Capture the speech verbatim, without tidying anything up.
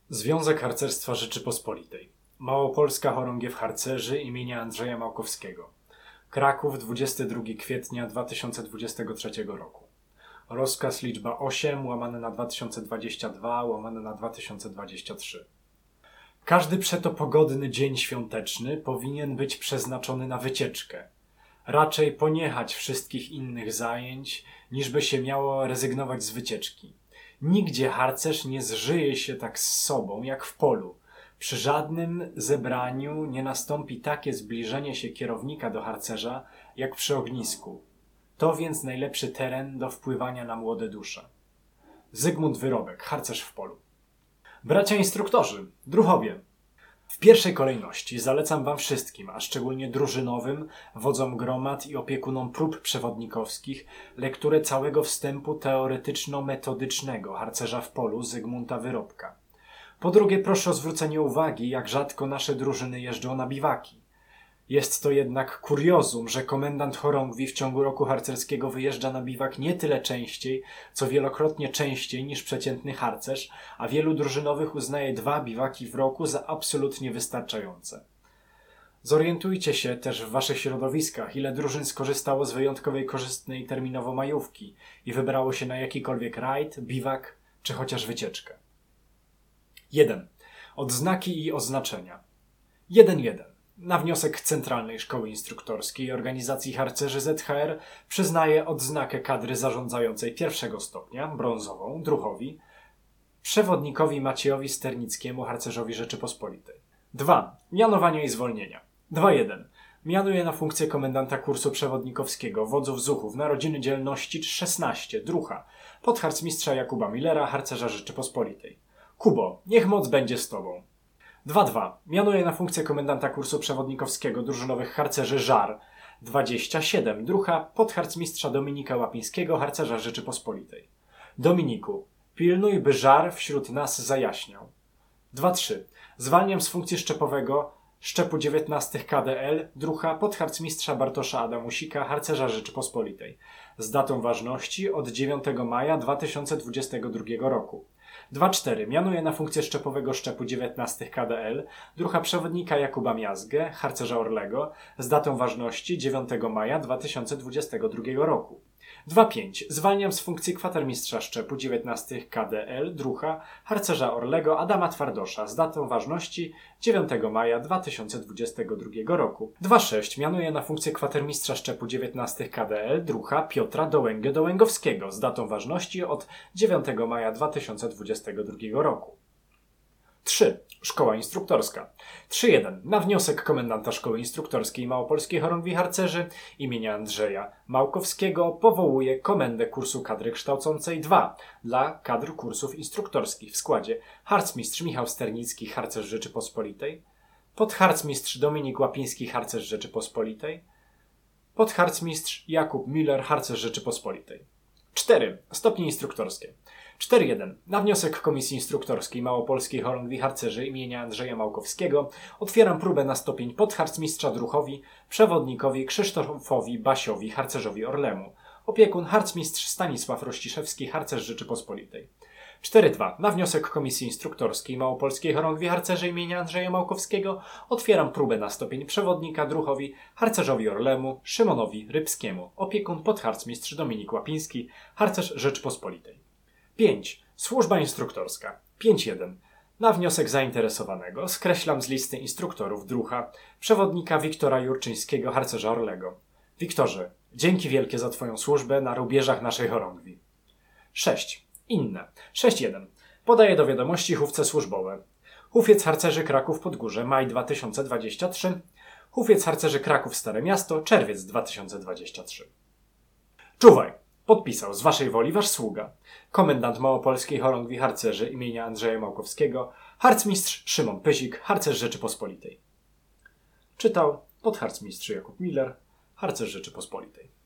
Związek Harcerstwa Rzeczypospolitej. Małopolska Chorągiew Harcerzy imienia Andrzeja Małkowskiego. Kraków, dwudziestego drugiego kwietnia dwa tysiące dwudziestego trzeciego roku. Rozkaz liczba osiem łamane na dwa tysiące dwadzieścia dwa łamane na dwa tysiące dwadzieścia trzy. Każdy przeto pogodny dzień świąteczny powinien być przeznaczony na wycieczkę. Raczej poniechać wszystkich innych zajęć, niżby się miało rezygnować z wycieczki. Nigdzie harcerz nie zżyje się tak z sobą, jak w polu. Przy żadnym zebraniu nie nastąpi takie zbliżenie się kierownika do harcerza, jak przy ognisku. To więc najlepszy teren do wpływania na młode dusze. Zygmunt Wyrobek, harcerz w polu. Bracia instruktorzy, druhowie. W pierwszej kolejności zalecam wam wszystkim, a szczególnie drużynowym, wodzom gromad i opiekunom prób przewodnikowskich, lekturę całego wstępu teoretyczno-metodycznego harcerza w polu Zygmunta Wyrobka. Po drugie, proszę o zwrócenie uwagi, jak rzadko nasze drużyny jeżdżą na biwaki. Jest to jednak kuriozum, że komendant chorągwi w ciągu roku harcerskiego wyjeżdża na biwak nie tyle częściej, co wielokrotnie częściej niż przeciętny harcerz, a wielu drużynowych uznaje dwa biwaki w roku za absolutnie wystarczające. Zorientujcie się też w waszych środowiskach, ile drużyn skorzystało z wyjątkowej korzystnej terminowo majówki i wybrało się na jakikolwiek rajd, biwak czy chociaż wycieczkę. jeden. Odznaki i oznaczenia. jeden jeden. Na wniosek Centralnej Szkoły Instruktorskiej Organizacji Harcerzy Z H R przyznaje odznakę kadry zarządzającej pierwszego stopnia, brązową, druhowi, przewodnikowi Maciejowi Sternickiemu, harcerzowi Rzeczypospolitej. dwa. Mianowania i zwolnienia. dwa jeden. Mianuje na funkcję komendanta kursu przewodnikowskiego wodzów zuchów Narodziny Dzielności szesnaście, druha, podharcmistrza Jakuba Millera, harcerza Rzeczypospolitej. Kubo, niech moc będzie z tobą. dwa dwa. Mianuje na funkcję komendanta kursu przewodnikowskiego drużynowych harcerzy Żar dwadzieścia siedem, druha, podharcmistrza Dominika Łapińskiego, harcerza Rzeczypospolitej. Dominiku, pilnuj, by Żar wśród nas zajaśniał. dwa trzy. Zwalniam z funkcji szczepowego szczepu dziewiętnaście K D L, druha, podharcmistrza Bartosza Adamusika, harcerza Rzeczypospolitej. Z datą ważności od dziewiątego maja dwa tysiące dwudziestego drugiego roku. dwa cztery. Mianuje na funkcję szczepowego szczepu dziewiętnaście K D L, druha przewodnika Jakuba Miazgę, harcerza Orlego, z datą ważności dziewiątego maja dwa tysiące dwudziestego drugiego roku. dwa pięć. Zwalniam z funkcji kwatermistrza szczepu dziewiętnaście K D L, druha, harcerza Orlego Adama Twardosza, z datą ważności dziewiątego maja dwa tysiące dwudziestego drugiego roku. dwa sześć. Mianuje na funkcję kwatermistrza szczepu dziewiętnaście K D L, druha, Piotra Dołęgę Dołęgowskiego, z datą ważności od dziewiątego maja dwa tysiące dwudziestego drugiego roku. trzy. Szkoła Instruktorska. trzy jeden. Na wniosek komendanta Szkoły Instruktorskiej Małopolskiej Chorągwi Harcerzy imienia Andrzeja Małkowskiego powołuje komendę kursu kadry kształcącej dwa dla kadr kursów instruktorskich w składzie harcmistrz Michał Sternicki, harcerz Rzeczypospolitej, podharcmistrz Dominik Łapiński, harcerz Rzeczypospolitej, podharcmistrz Jakub Miller, harcerz Rzeczypospolitej. cztery. Stopnie instruktorskie. cztery jeden. Na wniosek Komisji Instruktorskiej Małopolskiej Chorągwi Harcerzy imienia Andrzeja Małkowskiego otwieram próbę na stopień podharcmistrza druhowi, przewodnikowi Krzysztofowi Basiowi, harcerzowi Orlemu. Opiekun harcmistrz Stanisław Rościszewski, harcerz Rzeczypospolitej. cztery dwa. Na wniosek Komisji Instruktorskiej Małopolskiej Chorągwi Harcerzy imienia Andrzeja Małkowskiego otwieram próbę na stopień przewodnika druhowi, harcerzowi Orlemu, Szymonowi Rybskiemu. Opiekun podharcmistrz Dominik Łapiński, harcerz Rzeczypospolitej. pięć. Służba instruktorska. pięć jeden. Na wniosek zainteresowanego skreślam z listy instruktorów druha przewodnika Wiktora Jurczyńskiego, harcerza Orlego. Wiktorze, dzięki wielkie za twoją służbę na rubieżach naszej chorągwi. sześć. Inne. sześć jeden. Podaję do wiadomości chówce służbowe. Hufiec harcerzy Kraków Podgórze, maj dwa tysiące dwudziesty trzeci. Hufiec harcerzy Kraków Stare Miasto, czerwiec dwa tysiące dwudziesty trzeci. Czuwaj! Podpisał z waszej woli wasz sługa, komendant Małopolskiej Chorągwi Harcerzy imienia Andrzeja Małkowskiego, harcmistrz Szymon Pyzik, harcerz Rzeczypospolitej. Czytał podharcmistrz Jakub Miller, harcerz Rzeczypospolitej.